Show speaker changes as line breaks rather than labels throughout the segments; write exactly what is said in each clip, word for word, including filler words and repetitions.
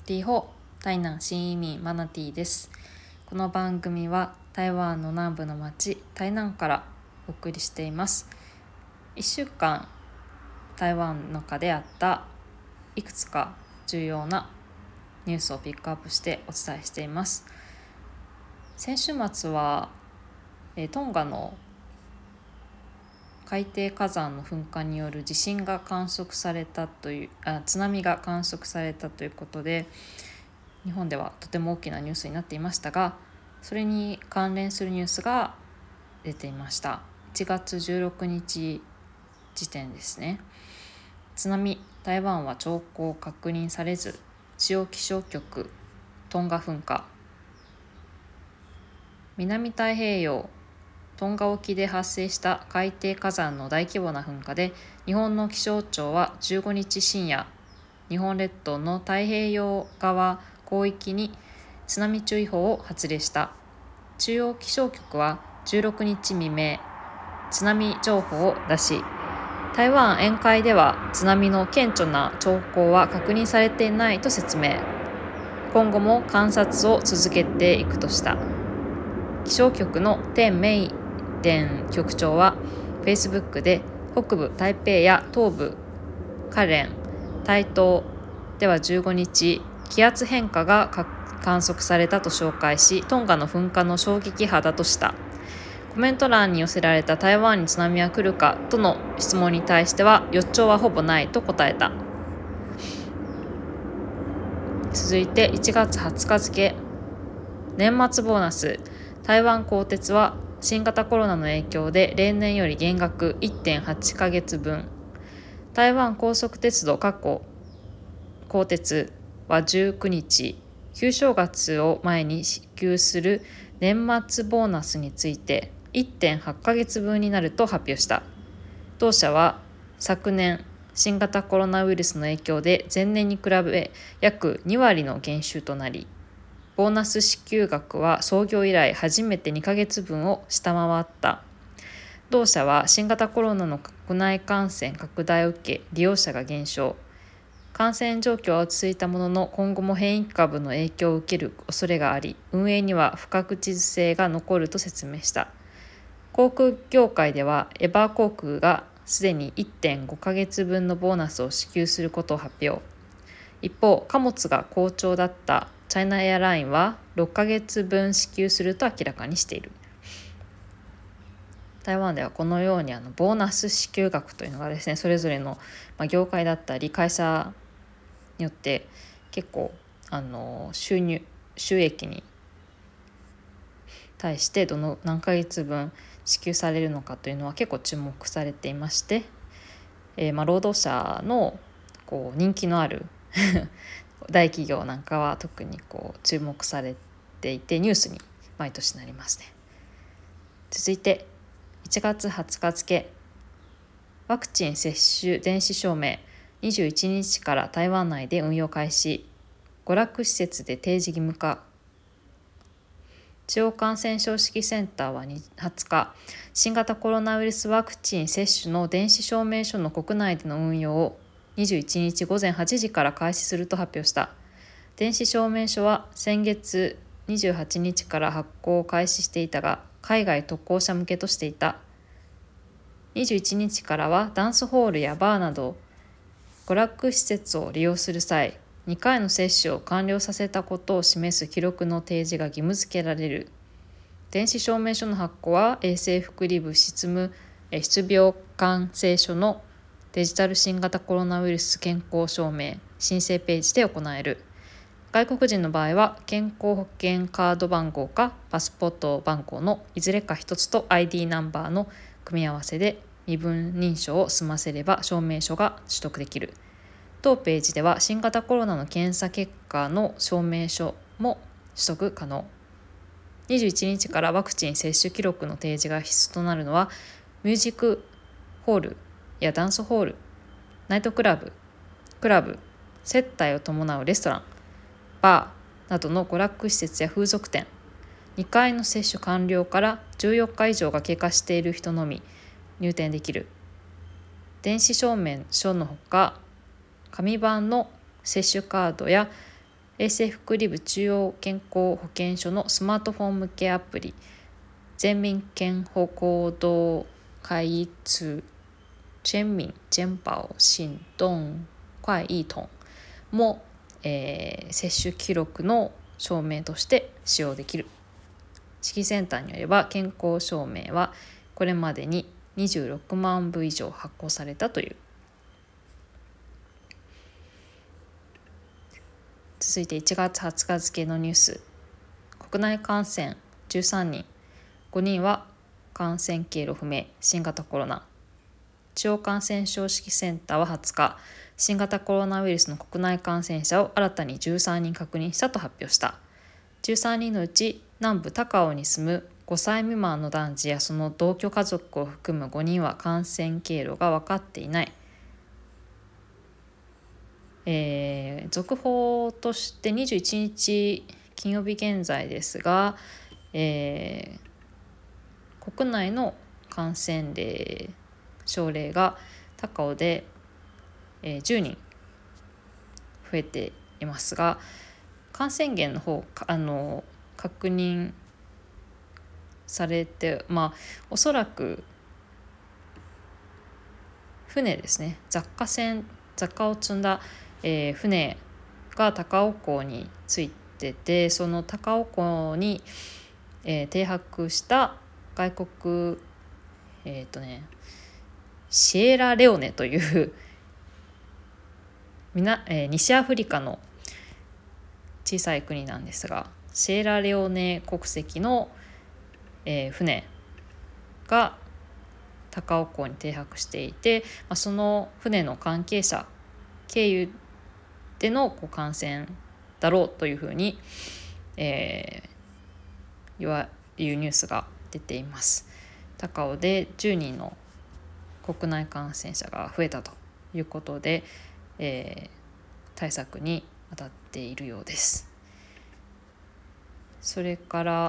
ティーホー台南新移民マナティです。この番組は台湾の南部の町台南からお送りしています。いっしゅうかん台湾の中であったいくつか重要なニュースをピックアップしてお伝えしています。先週末はトンガの海底火山の噴火による地震が観測されたというあ津波が観測されたということで、日本ではとても大きなニュースになっていましたが、それに関連するニュースが出ていました。いちがつじゅうろくにち時点ですね。津波、台湾は兆候確認されず、中央気象局トンガ噴火。南太平洋トンガ沖で発生した海底火山の大規模な噴火で、日本の気象庁はじゅうごにち深夜、日本列島の太平洋側広域に津波注意報を発令した。中央気象局はじゅうろくにち未明、津波情報を出し、台湾沿海では津波の顕著な兆候は確認されていないと説明。今後も観察を続けていくとした。気象局の天明田局長は Facebook で、北部台北や東部花蓮、台東ではじゅうごにち気圧変化が観測されたと紹介し、トンガの噴火の衝撃波だとした。コメント欄に寄せられた台湾に津波は来るかとの質問に対しては、予兆はほぼないと答えた。続いていちがつはつか付、年末ボーナス。台湾高鉄は新型コロナの影響で例年より減額 いってんはちかげつぶん。台湾高速鉄道高鉄はじゅうくにち、旧正月を前に支給する年末ボーナスについて いってんはちかげつぶんになると発表した。同社は昨年新型コロナウイルスの影響で前年に比べ約にわりの減収となり、ボーナス支給額は創業以来初めてにかげつぶんを下回った。同社は新型コロナの国内感染拡大を受け、利用者が減少。感染状況は落ち着いたものの、今後も変異株の影響を受ける恐れがあり、運営には不確実性が残ると説明した。航空業界ではエバー航空がすでに いってんごかげつぶんのボーナスを支給することを発表。一方、貨物が好調だったチャイナエアラインはろっかげつぶん支給すると明らかにしている。台湾ではこのようにあのボーナス支給額というのがですね、それぞれの業界だったり会社によって結構あの収入収益に対してどの何ヶ月分支給されるのかというのは結構注目されていまして、えー、まあ労働者のこう人気のある大企業なんかは特にこう注目されていて、ニュースに毎年なりますね。続いていちがつはつか付、ワクチン接種電子証明にじゅういちにちから台湾内で運用開始。娯楽施設で提示義務化。中央感染症指揮センターははつか、新型コロナウイルスワクチン接種の電子証明書の国内での運用をにじゅういちにちごぜんはちじから開始すると発表した。電子証明書は先月にじゅうはちにちから発行を開始していたが、海外渡航者向けとしていた。にじゅういちにちからはダンスホールやバーなど娯楽施設を利用する際、にかいの接種を完了させたことを示す記録の提示が義務付けられる。電子証明書の発行は衛生福利部執務出病管制書のデジタル新型コロナウイルス健康証明申請ページで行える。外国人の場合は健康保険カード番号かパスポート番号のいずれか一つと アイディー ナンバーの組み合わせで身分認証を済ませれば証明書が取得できる。当ページでは新型コロナの検査結果の証明書も取得可能。にじゅういちにちからワクチン接種記録の提示が必須となるのは、ミュージックホールやダンスホール、ナイトクラブ、クラブ、接待を伴うレストラン、バーなどの娯楽施設や風俗店、にかいの接種完了からじゅうよっか以上が経過している人のみ入店できる。電子証明書のほか、紙版の接種カードや衛生福利部中央健康保険所のスマートフォン向けアプリ全民健保行動開通全民健保行動快一統も、えー、接種記録の証明として使用できる。指揮センターによれば健康証明はこれまでににじゅうろくまんぶ以上発行されたという。続いていちがつはつか付のニュース。国内感染じゅうさんにん、ごにんは感染経路不明、新型コロナ。中央感染症指揮センターははつか、新型コロナウイルスの国内感染者を新たにじゅうさんにん確認したと発表した。じゅうさんにんのうち南部高雄に住むごさい未満の男児やその同居家族を含むごにんは感染経路が分かっていない。えー、続報としてにじゅういちにち金曜日現在ですが、えー、国内の感染例症例が高雄で、えー、じゅうにん増えていますが、感染源の方あの確認されて、まあおそらく船ですね、雑貨船雑貨を積んだえー、船が高尾港に着いてて、その高尾港に、えー、停泊した外国えっ、ー、とねシエラレオネというみな、えー、西アフリカの小さい国なんですが、シエラレオネ国籍の、えー、船が高尾港に停泊していて、まあ、その船の関係者経由でのこう感染だろうというふうに、えー、いわいうニュースが出ています。高雄でじゅうにんの国内感染者が増えたということで、えー、対策に当たっているようです。それから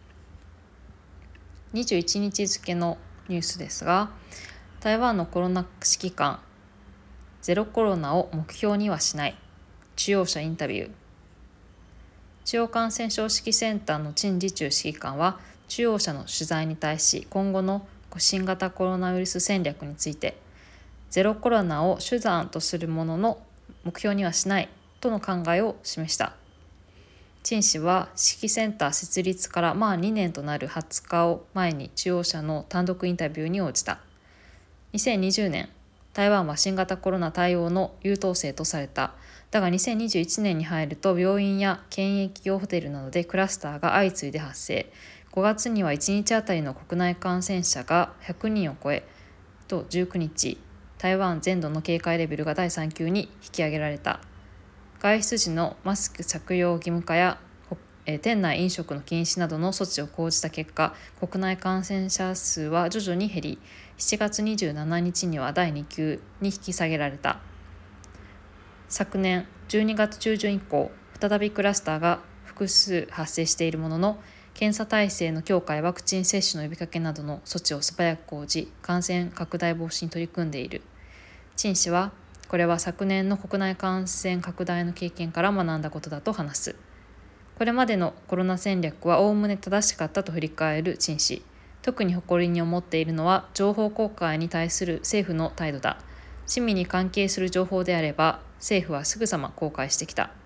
にじゅういちにち付のニュースですが、台湾のコロナ指揮官ゼロコロナを目標にはしない、主要者インタビュー。中央感染症指揮センターの陳時中指揮官は中央者の取材に対し、今後の新型コロナウイルス戦略について、ゼロコロナを手段とするものの目標にはしないとの考えを示した。陳氏は指揮センター設立からまあにねんとなるはつかを前に中央社の単独インタビューに応じた。にせんにじゅうねん、台湾は新型コロナ対応の優等生とされた。だがにせんにじゅういちねんに入ると病院や検疫用ホテルなどでクラスターが相次いで発生。ごがつにはいちにちあたりの国内感染者がひゃくにんを超え、とじゅうくにち、台湾全土の警戒レベルがだいさん級に引き上げられた。外出時のマスク着用義務化や店内飲食の禁止などの措置を講じた結果、国内感染者数は徐々に減り、しちがつにじゅうしちにちにはだいに級に引き下げられた。昨年じゅうにがつ中旬以降、再びクラスターが複数発生しているものの、検査体制の強化やワクチン接種の呼びかけなどの措置を素早く講じ、感染拡大防止に取り組んでいる。陳氏は、これは昨年の国内感染拡大の経験から学んだことだと話す。これまでのコロナ戦略はおおむね正しかったと振り返る陳氏。特に誇りに思っているのは情報公開に対する政府の態度だ。市民に関係する情報であれば政府はすぐさま公開してきた。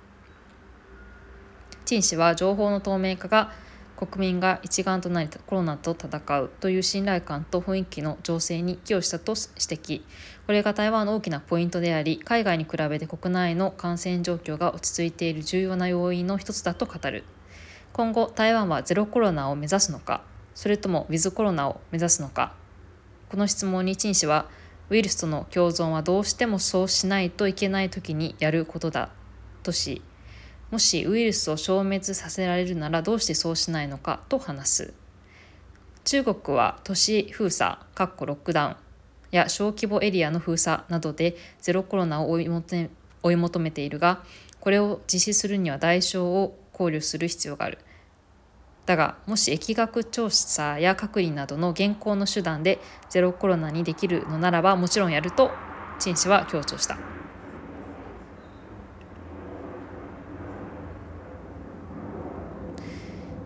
陳氏は情報の透明化が国民が一丸となりコロナと戦うという信頼感と雰囲気の醸成に寄与したと指摘。これが台湾の大きなポイントであり、海外に比べて国内の感染状況が落ち着いている重要な要因の一つだと語る。今後台湾はゼロコロナを目指すのか、それともウィズコロナを目指すのか。この質問に陳氏は、ウイルスとの共存はどうしてもそうしないといけない時にやることだとし、もしウイルスを消滅させられるならどうしてそうしないのかと話す。中国は都市封鎖（ロックダウン）や小規模エリアの封鎖などでゼロコロナを追い求め、追い求めているが、これを実施するには代償を考慮する必要がある。だが、もし疫学調査や隔離などの現行の手段でゼロコロナにできるのならばもちろんやると陳氏は強調した。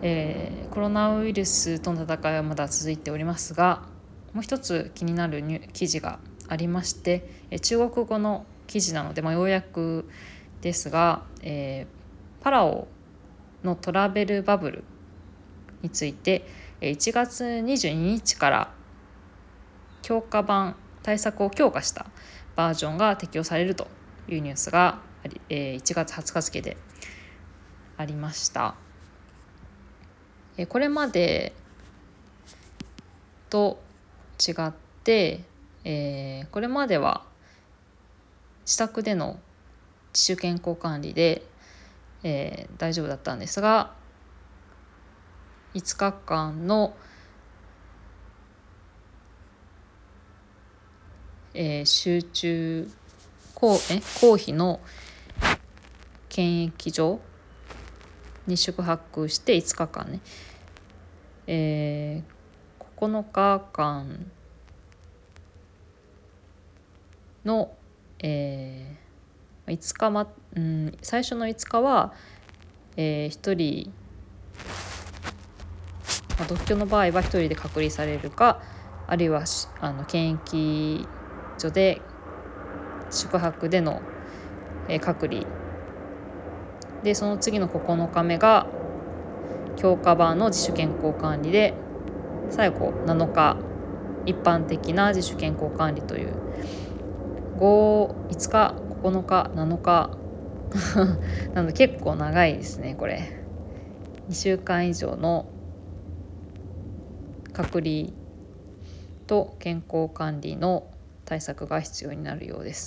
えーコロナウイルスとの戦いはまだ続いておりますが、もう一つ気になるニュ記事がありまして、えー中国語の記事なので、まあ、ようやくですが、えーパラオのトラベルバブルについていちがつにじゅうににちから強化版対策を強化したバージョンが適用されるというニュースがいちがつはつか付でありました。これまでと違って、えー、これまでは自宅での自主健康管理で、えー、大丈夫だったんですが、いつかかんの、えー、集中公え公費の検疫所に宿泊していつかかんね、えー、ここのかかんの、えー、いつか、まうん、最初のいつかは、えー、ひとり、まあ、独居の場合はひとりで隔離されるか、あるいはあの検疫所で宿泊での、えー、隔離で、その次のここのかめが強化版の自主健康管理で、最後なのか一般的な自主健康管理というご、いつか、ここのか、なのかなので結構長いですね。これにしゅうかん以上の隔離と健康管理の対策が必要になるようです。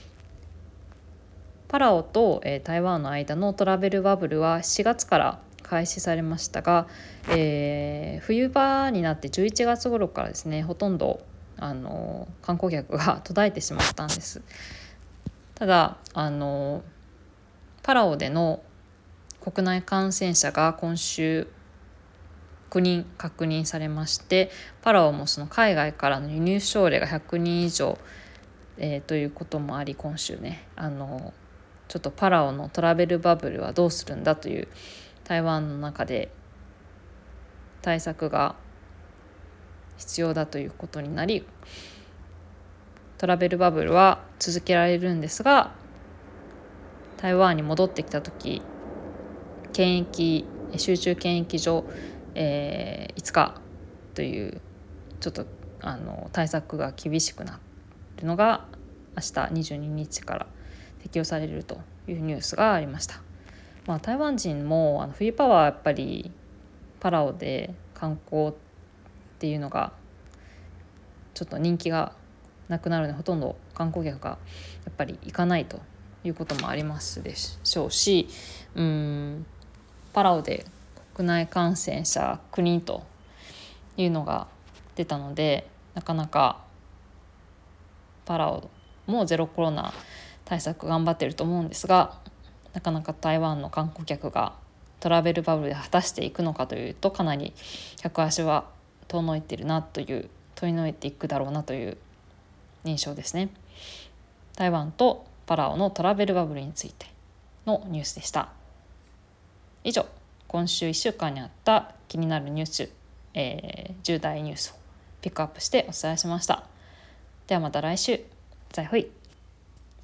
パラオと、えー、台湾の間のトラベルバブルはしがつから開始されましたが、えー、冬場になってじゅういちがつ頃からですね、ほとんどあの観光客が途絶えてしまったんです。ただあのパラオでの国内感染者が今週きゅうにん確認されまして、パラオもその海外からの輸入症例がひゃくにん以上、えー、ということもあり、今週ねあのちょっとパラオのトラベルバブルはどうするんだという台湾の中で対策が必要だということになり、トラベルバブルは続けられるんですが、台湾に戻ってきた時、検疫集中検疫所、えー、いつかというちょっとあの対策が厳しくなるのが明日にじゅうににちから適用されるというニュースがありました。まあ、台湾人もあの冬場はやっぱりパラオで観光っていうのがちょっと人気がなくなるので、ほとんど観光客がやっぱり行かないということもありますでしょうし、うーんパラオで国内感染者きゅうにんというのが出たので、なかなかパラオもゼロコロナ対策頑張ってると思うんですが、なかなか台湾の観光客がトラベルバブルで果たしていくのかというと、かなり客足は遠のいているなという遠のいていくだろうなという印象ですね。台湾とパラオのトラベルバブルについてのニュースでした。以上、今週いっしゅうかんにあった気になるニュース、えー、重大ニュースをピックアップしてお伝えしました。ではまた来週。再会。